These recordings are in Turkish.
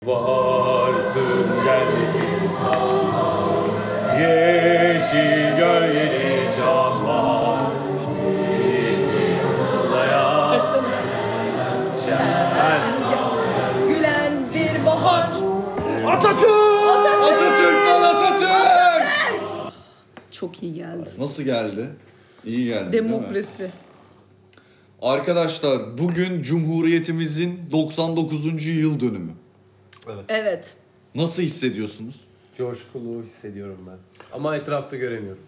Varsın gelsin sana, yeşil gölgeli çamlar, zıplayan Gülen bir bahar. Atatürk! Atatürk lan Atatürk! Çok iyi geldi. Nasıl geldi? İyi geldi değil mi? Demokrasi. Arkadaşlar bugün Cumhuriyetimizin 99. yıl dönümü. Evet. Nasıl hissediyorsunuz? coşkulu hissediyorum ben. Ama etrafta göremiyorum.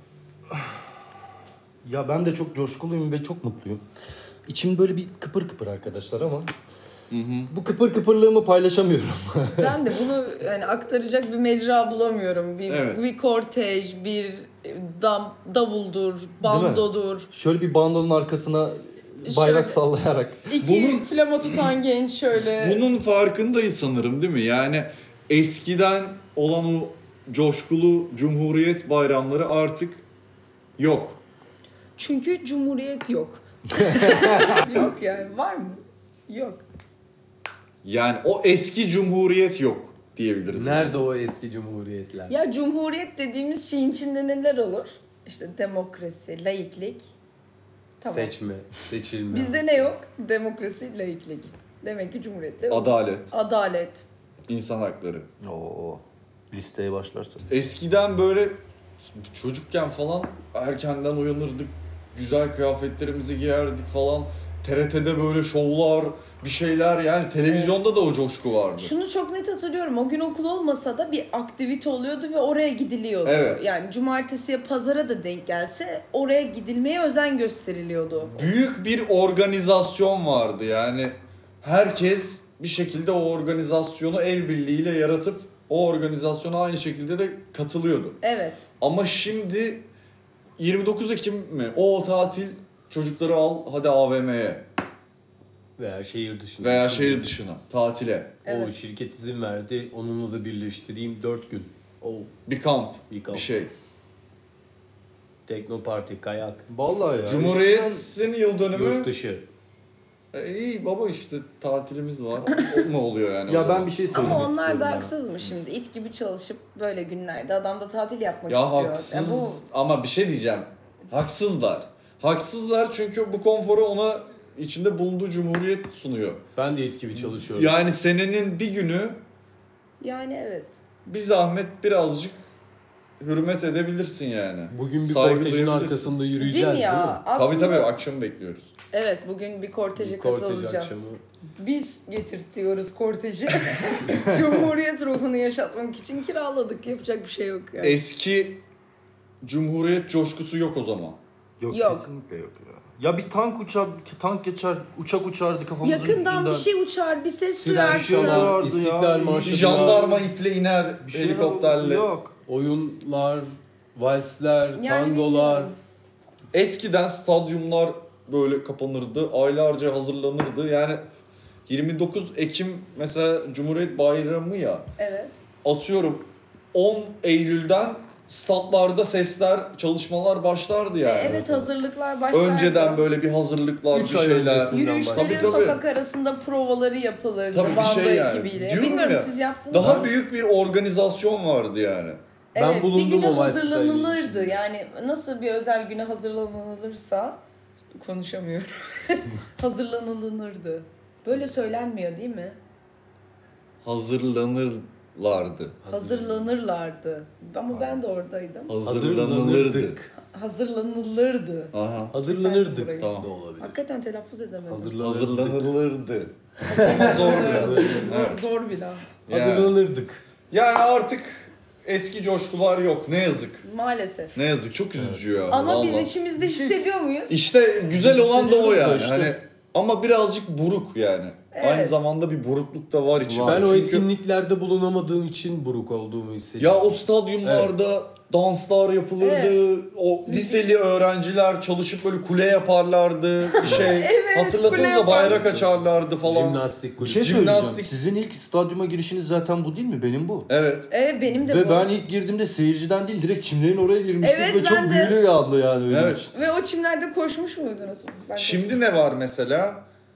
Ya ben de çok coşkuluyum ve çok mutluyum. İçim böyle bir kıpır kıpır arkadaşlar ama bu kıpır kıpırlığımı paylaşamıyorum. Ben de bunu yani aktaracak bir mecra bulamıyorum. Evet. Bir kortej, bir davuldur, bandodur. Şöyle bir bandonun arkasına bayrak Şöyle. sallayarak. İki flama tutan genç şöyle. Bunun farkındayız sanırım değil mi? Yani eskiden olan o coşkulu Cumhuriyet bayramları artık yok. Çünkü cumhuriyet yok. Yok yani. Var mı? Yok. Yani o eski Cumhuriyet yok diyebiliriz. Nerede o eski cumhuriyetler? Ya cumhuriyet dediğimiz şeyin içinde neler olur? İşte demokrasi, laiklik. Tamam. Seçme, seçilme. Bizde ne yok? Demokrasi, laiklik. Demek ki cumhuriyette yok. Adalet, Adalet. insan hakları. Oo, listeye başlarsın. Eskiden böyle çocukken falan erkenden uyanırdık. Güzel kıyafetlerimizi giyerdik falan. TRT'de böyle şovlar, bir şeyler yani televizyonda da o coşku vardı. Şunu çok net hatırlıyorum. O gün okul olmasa da bir aktivite oluyordu ve oraya gidiliyordu. Evet. Yani cumartesiye pazara da denk gelse oraya gidilmeye özen gösteriliyordu. Büyük bir organizasyon vardı yani. Herkes bir şekilde o organizasyonu el birliğiyle yaratıp o organizasyona aynı şekilde de katılıyordu. Evet. Ama şimdi 29 Ekim mi? O tatil çocukları al hadi AVM'ye Veya şehir dışında. veya şehir dışına tatile. O Evet. şirket izin verdi. Onunla da birleştireyim 4 gün. O Bir kamp, Bir kamp. bir şey. teknoparti, kayak, Vallahi ya. Cumhuriyet'in yıl dönümü yurt dışı. iyi baba işte tatilimiz var. O mu oluyor yani? o Ya zaman? ben bir şey söylemek Ama onlar istiyorum da ya. haksız mı şimdi? İt gibi çalışıp böyle günlerde adam da tatil yapmak Ya istiyor. haksız Yani bu ama bir şey diyeceğim. Haksızlar. Haksızlar çünkü bu konforu ona içinde bulunduğu cumhuriyet sunuyor. Ben de it gibi çalışıyorum. Yani senenin bir günü yani evet. bir zahmet birazcık hürmet edebilirsin yani. Bugün bir Saygı kortejin duyabilirsin. arkasında yürüyeceğiz Değil mi değil ya? mi? Aslında Tabii akşam bekliyoruz. evet bugün bir korteje Bir kortej katılacağız. akşamı. Biz getirtiyoruz korteji. Cumhuriyet ruhunu yaşatmak için kiraladık. Yapacak bir şey yok yani. Eski cumhuriyet coşkusu yok o zaman. Yok. Kesinlikle yok ya. Ya bir tank geçer, uçak uçardı kafamızın Yakından üstünden. bir şey uçar, bir ses Siren duyarsın. vardı şalar, ya. İstiklal Bir Marşı. Bir jandarma iple iner Bir şeyler helikopterle. Yok. Oyunlar, valsler, Yani tangolar. bilmiyorum. Eskiden stadyumlar böyle kapanırdı, aylarca hazırlanırdı. Yani 29 Ekim mesela Cumhuriyet Bayramı ya. Evet. Atıyorum 10 Eylül'den statlarda sesler, çalışmalar başlardı yani. Evet hazırlıklar başlardı. Önceden böyle bir hazırlıklar, bir 3 ay şeyler. öncesinden Yürüyüşlerin Tabii, tabii. sokak arasında provaları yapılırdı. Tabii bir bando şey yani. ekibiyle. Diyorum Bilmiyorum ya, siz yaptınız Daha mı? büyük bir organizasyon vardı yani. Ben Evet, bir bulundum güne o valslerin hazırlanılırdı. içinde. Yani nasıl bir özel güne hazırlanılırsa konuşamıyorum. Hazırlanılırdı. Böyle söylenmiyor değil mi? Hazırlanırlardı. Hazırlanırlardı. Ama ben de oradaydım. Hazırlanılırdı. Hazırlanılırdı. Aha. Hazırlanırdık Burayı. Tamam. da olabilir. Hakikaten telaffuz edemedim. Hazırlanılırdı. Ama zor biraz. Evet. Zor bir laf. Yani, Hazırlanırdık. yani artık eski coşkular yok. Ne yazık. Maalesef. Ne yazık. Çok üzücü ya. Ama vallahi. biz içimizde hissediyor muyuz? İşte güzel Biz olan da o hissediyoruz da yani. işte. Hani ama birazcık buruk yani. Evet. Aynı zamanda bir burukluk da var içinde. Ben o Çünkü etkinliklerde bulunamadığım için buruk olduğumu hissediyorum. ya o stadyumlarda danslar yapılırdı. Evet. O liseli öğrenciler çalışıp böyle kule yaparlardı. Bir şey. Evet, kule Hatırlasanıza yaparlardı. bayrak açarlardı falan. Jimnastik Bir kulübü. şey Jimnastik. söyleyeceğim. Sizin ilk stadyuma girişiniz zaten bu değil mi? Benim bu. Evet. Evet benim de Ve bu. ben ilk girdiğimde seyirciden değil direkt çimlerin oraya girmiştim Evet, ve çok ben de. büyülü yandı yani benim Evet. için. Ve o çimlerde koşmuş muydunuz? Ben Şimdi ne var mesela?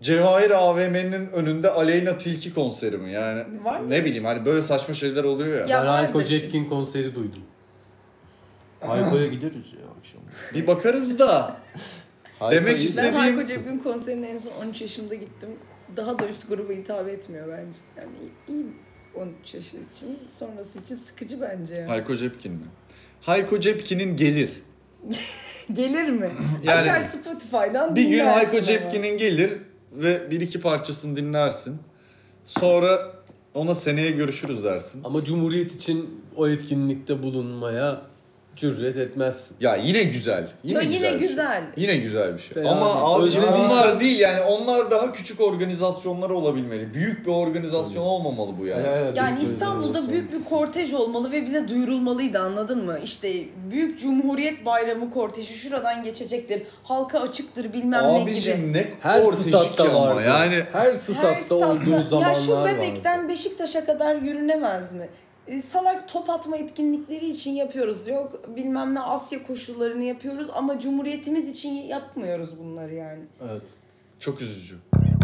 Cevahir AVM'nin önünde Aleyna Tilki konseri mi? Yani Var mı? ne bileyim hani böyle saçma şeyler oluyor ya. Ya Ben Hayko vardır. Cepkin konseri duydum. Hayko'ya gideriz ya akşam. Bir bakarız da. Demek Ben istediğim... Hayko Cepkin konserine en son 13 yaşımda gittim. Daha da üst gruba hitap etmiyor bence. Yani iyi 13 yaşı için. Sonrası için sıkıcı bence. Yani. Hayko Cepkin mi? Hayko Cepkin'in gelir. Gelir mi? Yani Açar Spotify'dan Bir gün dinlersin Hayko ama. Cepkin'in gelir ve bir iki parçasını dinlersin. Sonra ona seneye görüşürüz dersin. Ama Cumhuriyet için o etkinlikte bulunmaya cüret etmezsin. Ya yine güzel. Yo, yine bir şey. güzel. Yine güzel bir şey. Fena Ama değil. abi Özlediysen- onlar değil yani onlar daha küçük organizasyonlar olabilmeli. Büyük bir organizasyon olmamalı bu yani. Yani İstanbul'da büyük bir kortej olmalı ve bize duyurulmalıydı, anladın mı? İşte Büyük Cumhuriyet Bayramı korteji şuradan geçecektir, halka açıktır bilmem ne gibi. Abicim ne Her kortejik statta ama vardı. yani. Her statta olduğu zamanlar ya şu vardı. Bebek'ten Beşiktaş'a kadar yürünemez mi? Salak top atma etkinlikleri için yapıyoruz. Yok bilmem ne Asya koşullarını yapıyoruz ama Cumhuriyetimiz için yapmıyoruz bunları yani. Evet. Çok üzücü.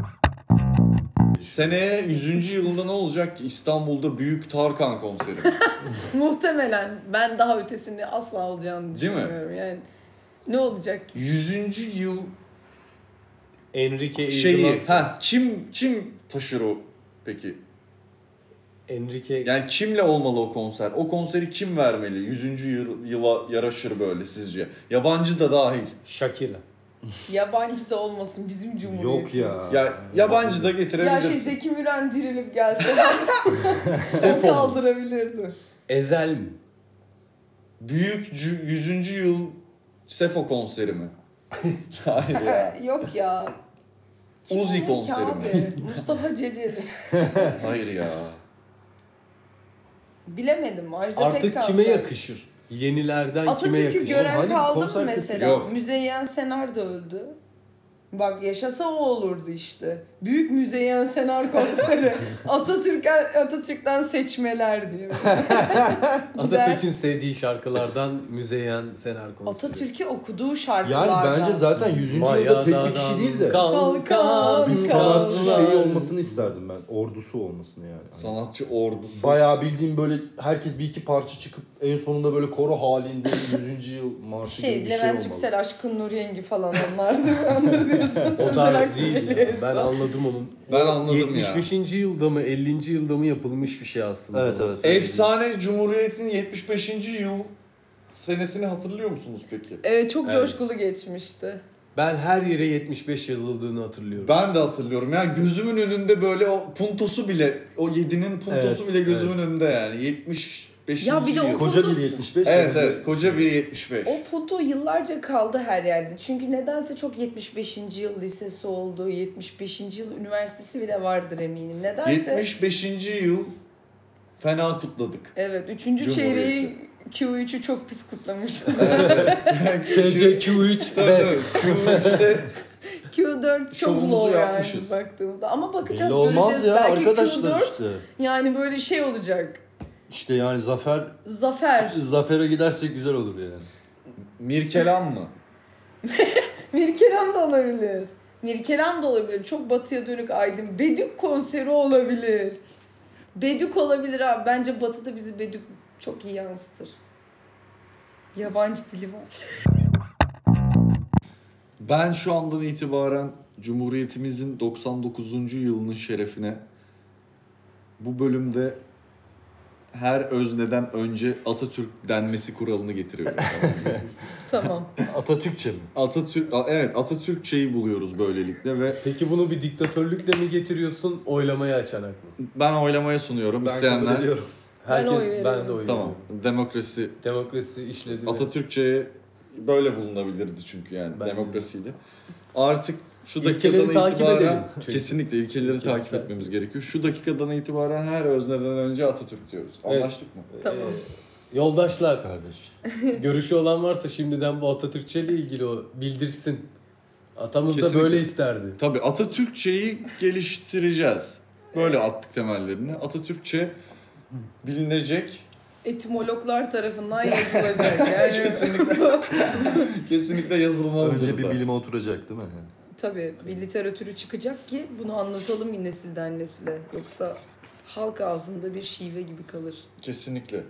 Seneye 100. yılında ne olacak ki? İstanbul'da Büyük Tarkan konseri. Muhtemelen ben daha ötesini asla olacağını Değil mi? düşünmüyorum. Yani ne olacak? 100. yıl Enrique şeyi. Iglesias. Kim taşır o peki? Enrique Yani kimle olmalı o konser? O konseri kim vermeli? 100. Yıla yaraşır böyle sizce? Yabancı da dahil. Shakira. Yabancı da olmasın bizim Cumhuriyetimiz. Yok ya. Ya yabancı da Ya getirebilirsin. Zeki Müren dirilip gelse o Sefo. kaldırabilirdi. Ezel mi? Büyük 100. yıl Sefo konseri mi? Hayır ya. Yok ya. Kim Uzi olur ki konseri mi? abi? Mustafa Ceceli. Hayır ya. Bilemedim. Ajda Artık Pekkan kime da. yakışır? Yenilerden kime Atatürk'ü yakışır? gören Hani kaldı mı konser mesela? Yok. Müzeyyen Senar da öldü. Bak yaşasa o olurdu işte. Büyük Müzeyyen Senar konseri. Atatürk'ten seçmeler diye. Atatürk'ün sevdiği şarkılardan Müzeyyen Senar konseri. Atatürk'ü okuduğu şarkılardan. Yani bence zaten 100. yılda tek bir kişi değil de Kalkan, bir sanatçı kalkan. şeyi olmasını isterdim ben. Ordusu olmasını yani. Hani Sanatçı ordusu. bayağı bildiğim böyle herkes bir iki parça çıkıp en sonunda böyle koro halinde 100. yıl marşı gibi bir şey Levent olmalı. Yüksel, Aşkın Nur Yengi falan onlar değil mi? Onları diyorsun. O Sezen tarz Aksu değil ya. geliyor Ben sonra. anladım onun. Ben anladım ya. 75. yılda mı 50. yılda mı yapılmış bir şey aslında. Evet, evet. Efsane Cumhuriyet'in 75. yıl senesini hatırlıyor musunuz peki? Evet, çok Evet. coşkulu geçmişti. Ben her yere 75 yazıldığını hatırlıyorum. Ben de hatırlıyorum. Yani gözümün önünde böyle o puntosu bile, o 7'nin puntosu Evet, bile gözümün önünde yani. 75. Ya bir de o yıl. Koca Puntos- bir 75. Evet evet. Koca bir 75. O punto yıllarca kaldı her yerde. Çünkü nedense çok 75. yıl lisesi oldu. 75. yıl üniversitesi bile vardır eminim. Nedense. 75. yıl fena kutladık. Evet. 3. Cumhuriyeti. çeyreği Q3'ü çok pis kutlamışız. TC Q3 Tabii, best. tabii. Q3'te Q4 çok Şovumuzu low yani yapmışız. baktığımızda. Ama bakacağız, Belli olmaz göreceğiz. ya Belki arkadaşlar Q4 işte. yani böyle şey olacak. İşte yani Zafer. Zafere gidersek güzel olur yani. Mirkelam mı? Mirkelam da olabilir. Mirkelam da olabilir. Çok batıya dönük Aydın. Bedük konseri olabilir. Bedük olabilir abi. Bence batıda bizi Bedük çok iyi yansıtır. Yabancı dili var. Ben şu andan itibaren Cumhuriyetimizin 99. yılının şerefine bu bölümde her özneden önce Atatürk denmesi kuralını getiriyorum. Tamam. Atatürkçe mi? Evet Atatürkçeyi buluyoruz böylelikle ve Peki bunu bir diktatörlükle mi getiriyorsun, oylamaya açarak mı? ben oylamaya sunuyorum. Ben İsteyenler kabul ediyorum. Ben oy Ben veriyorum. de oy tamam. veriyorum. Demokrasi Demokrasi işledi mi? Atatürkçe'ye böyle bulunabilirdi çünkü yani Bence de. demokrasiyle. Artık şu İlkeleri dakikadan takip itibaren edelim çünkü. kesinlikle ilkeleri İlkeleri takip takip etmemiz gerekiyor. Şu dakikadan itibaren her özneden önce Atatürk diyoruz. Evet. Anlaştık mı? Tamam. Yoldaşlar, Kardeş. görüşü olan varsa şimdiden bu Atatürkçe ile ilgili o bildirsin. Atamız da Kesinlikle. böyle isterdi. Tabii Atatürkçeyi geliştireceğiz. Böyle attık temellerini. Atatürkçe bilinecek. Etimologlar tarafından yazılacak. Yani Kesinlikle yazılmalıdır Önce bir da. bilime oturacak değil mi? Tabii bir literatürü çıkacak ki bunu anlatalım bir nesilden nesile. Yoksa halk ağzında bir şive gibi kalır. Kesinlikle.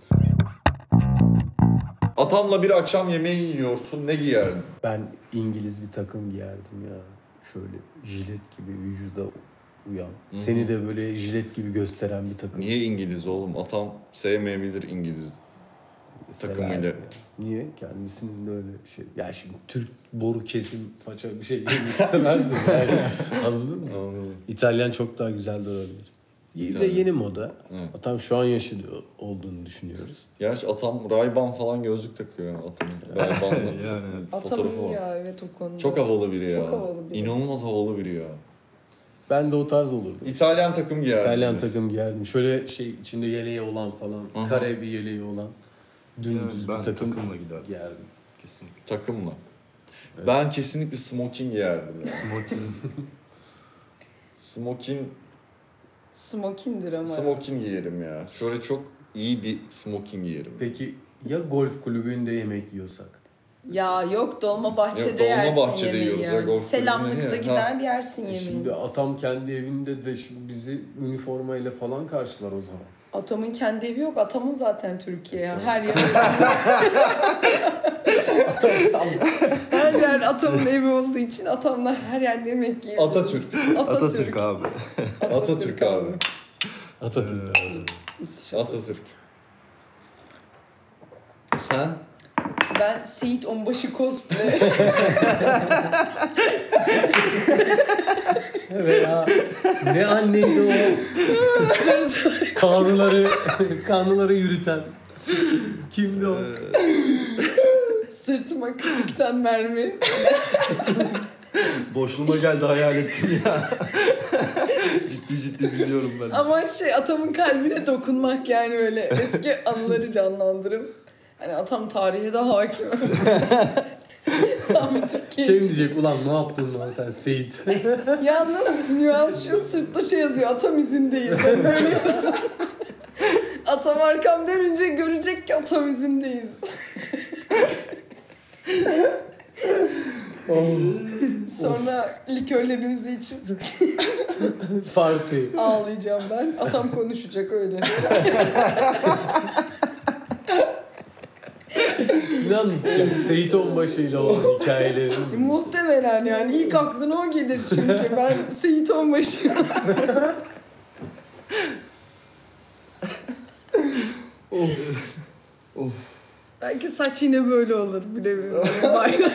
Atamla bir akşam yemeği yiyorsun, ne giyerdin? Ben İngiliz bir takım giyerdim ya. Şöyle jilet gibi vücuda uyan. Seni de böyle jilet gibi gösteren bir takım. Niye İngiliz oğlum? Atam sevmeyebilir İngiliz takımıyla. Severdim ya. Niye? Kendisinin de öyle şey. Ya şimdi Türk boru kesim paça bir şey giymek istemezdim yani. Anladın mı? Anladım. İtalyan çok daha güzel de olabilir. Bir de İtalyan. yeni moda. Evet. Tam şu an yaşında olduğunu düşünüyoruz. Gerçi atam Ray-Ban falan gözlük takıyor. Atamın Ray-Ban'la Yani. fotoğrafı Atamın var. ya evet o konuda. Çok havalı biri ya. Çok havalı biri. İnanılmaz havalı biri ya. Ben de o tarz olurdum. İtalyan takım giyerdim. İtalyan takım giyerdim. Şöyle şey içinde yeleği olan falan. Aha. Kare bir yeleği olan. Dümdüz Ben bir takım takımla giderdim. giyerdim. Kesinlikle. Takımla. Evet. Ben kesinlikle smoking giyerdim ya. Smoking. Smokindir ama. Smoking giyerim ya. Şöyle çok iyi bir smoking giyerim. Peki ya golf kulübünde yemek yiyorsak? Ya yok Dolmabahçe'de Yok, Dolmabahçe'de yersin yemeği yiyoruz ya, yani. golf kulübünde Selamlık'ta ya. gider yersin yemeği. Şimdi atam kendi evinde de şimdi bizi üniformayla falan karşılar o zaman. Atamın kendi evi yok. Atamın zaten Türkiye ya. Her yer. Her yer atamın evi olduğu için atamla her yerde yemek yiyebiliriz. Atatürk. Atatürk abi. Atatürk abi. Atatürk abi. Müthiş Atatürk. Sen? Ben Seyit Onbaşı cosplay. Veya ne anneydi o kanunları yürüten. Kimdi o? Sırtıma kırıktan mermi. Boşluğuma geldi hayal ettim ya. ciddi biliyorum ben. Ama atamın kalbine dokunmak yani öyle eski anıları canlandırıp. Hani atam tarihe de hakim. Tam bir Türkiye. Şey mi diyecek ulan ne yaptın lan sen Seyit? Yalnız nüans şu, sırtta şey yazıyor, atam izindeyiz. Ben biliyorsun. Atam arkam dönünce görecek ki atam izindeyiz. Sonra likörlerimizi içip Parti. ağlayacağım ben. Atam konuşacak öyle. Ne anlatacak? Seyit Onbaşı'yla olan hikayelerini. Muhtemelen yani ilk aklına o gelir çünkü. Ben Seyit Onbaşı. Belki saç yine böyle olur bilemiyorum. Bayrak.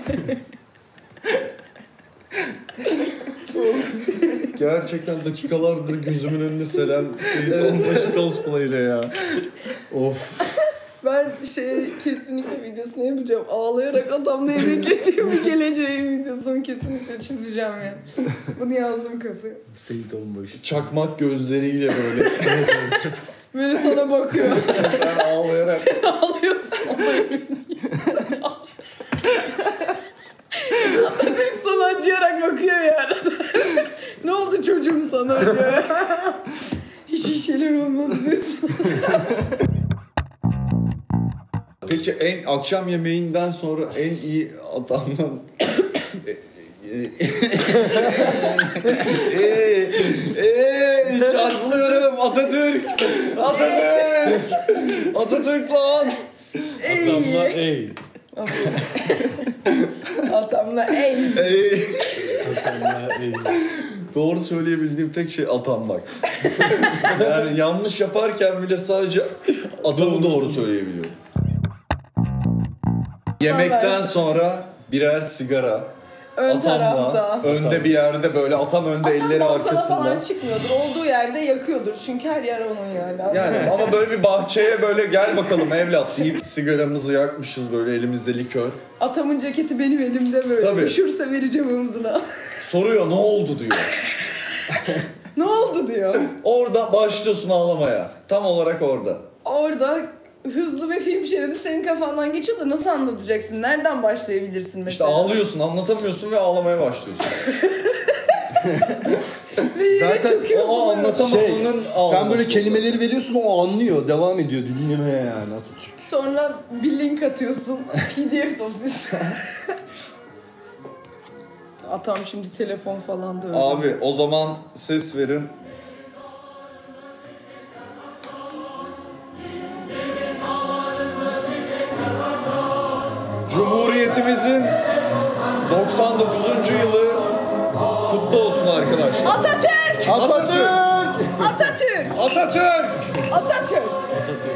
Gerçekten dakikalardır gözümün önüne seren Seyit Onbaşı cosplay ile ya. Of. Ben kesinlikle videosunu yapacağım. Ağlayarak adamla yemek yediğim geleceğin videosunu kesinlikle çizeceğim ya. Bunu yazdım kafaya. Seyit Onbaşı. Çakmak gözleriyle böyle. Böyle sana bakıyor. Sen ağlayarak. Sen ağlıyorsun. Sen ağlıyorsun. Atatürk sana acıyarak bakıyor yani. Ne oldu çocuğum sana diyor. Hiç iyi şeyler olmadı diyorsun. Peki akşam yemeğinden sonra en iyi adamdan çarpılıyorum Atatürk. Atatürk lan. Atamla ey. Atamla ey. Atamla ey. Doğru söyleyebildiğim tek şey atam bak. Yani yanlış yaparken bile sadece atamı doğru söyleyebiliyorum. Yemekten sonra birer sigara. Ön Atamla tarafta. önde bir yerde böyle atam önde Atam elleri balkona arkasında. falan çıkmıyordur. Olduğu yerde yakıyordur. Çünkü her yer onun yani. Yani ama böyle bir bahçeye böyle gel bakalım evlat deyip sigaramızı yakmışız böyle elimizde likör. Atamın ceketi benim elimde böyle. Tabii. Üşürse vereceğim omzuna. Soruyor ne oldu diyor. Ne oldu diyor. Orada başlıyorsun ağlamaya. Tam olarak orada. Orada hızlı bir film şeridi senin kafandan geçiyor da nasıl anlatacaksın? Nereden başlayabilirsin mesela? İşte ağlıyorsun, anlatamıyorsun ve ağlamaya başlıyorsun. Ve yine Zaten çok hızlı. o anlatamadığının ağlaması. Sen böyle kelimeleri veriyorsun o anlıyor. Devam ediyor dinlemeye yani Atatürk. Sonra bir link atıyorsun. PDF dosyası. Atam şimdi telefon falan da öyle. Abi o zaman ses verin. Cumhuriyetimizin 99. yılı kutlu olsun arkadaşlar. Atatürk! Atatürk! Atatürk! Atatürk! Atatürk! Atatürk.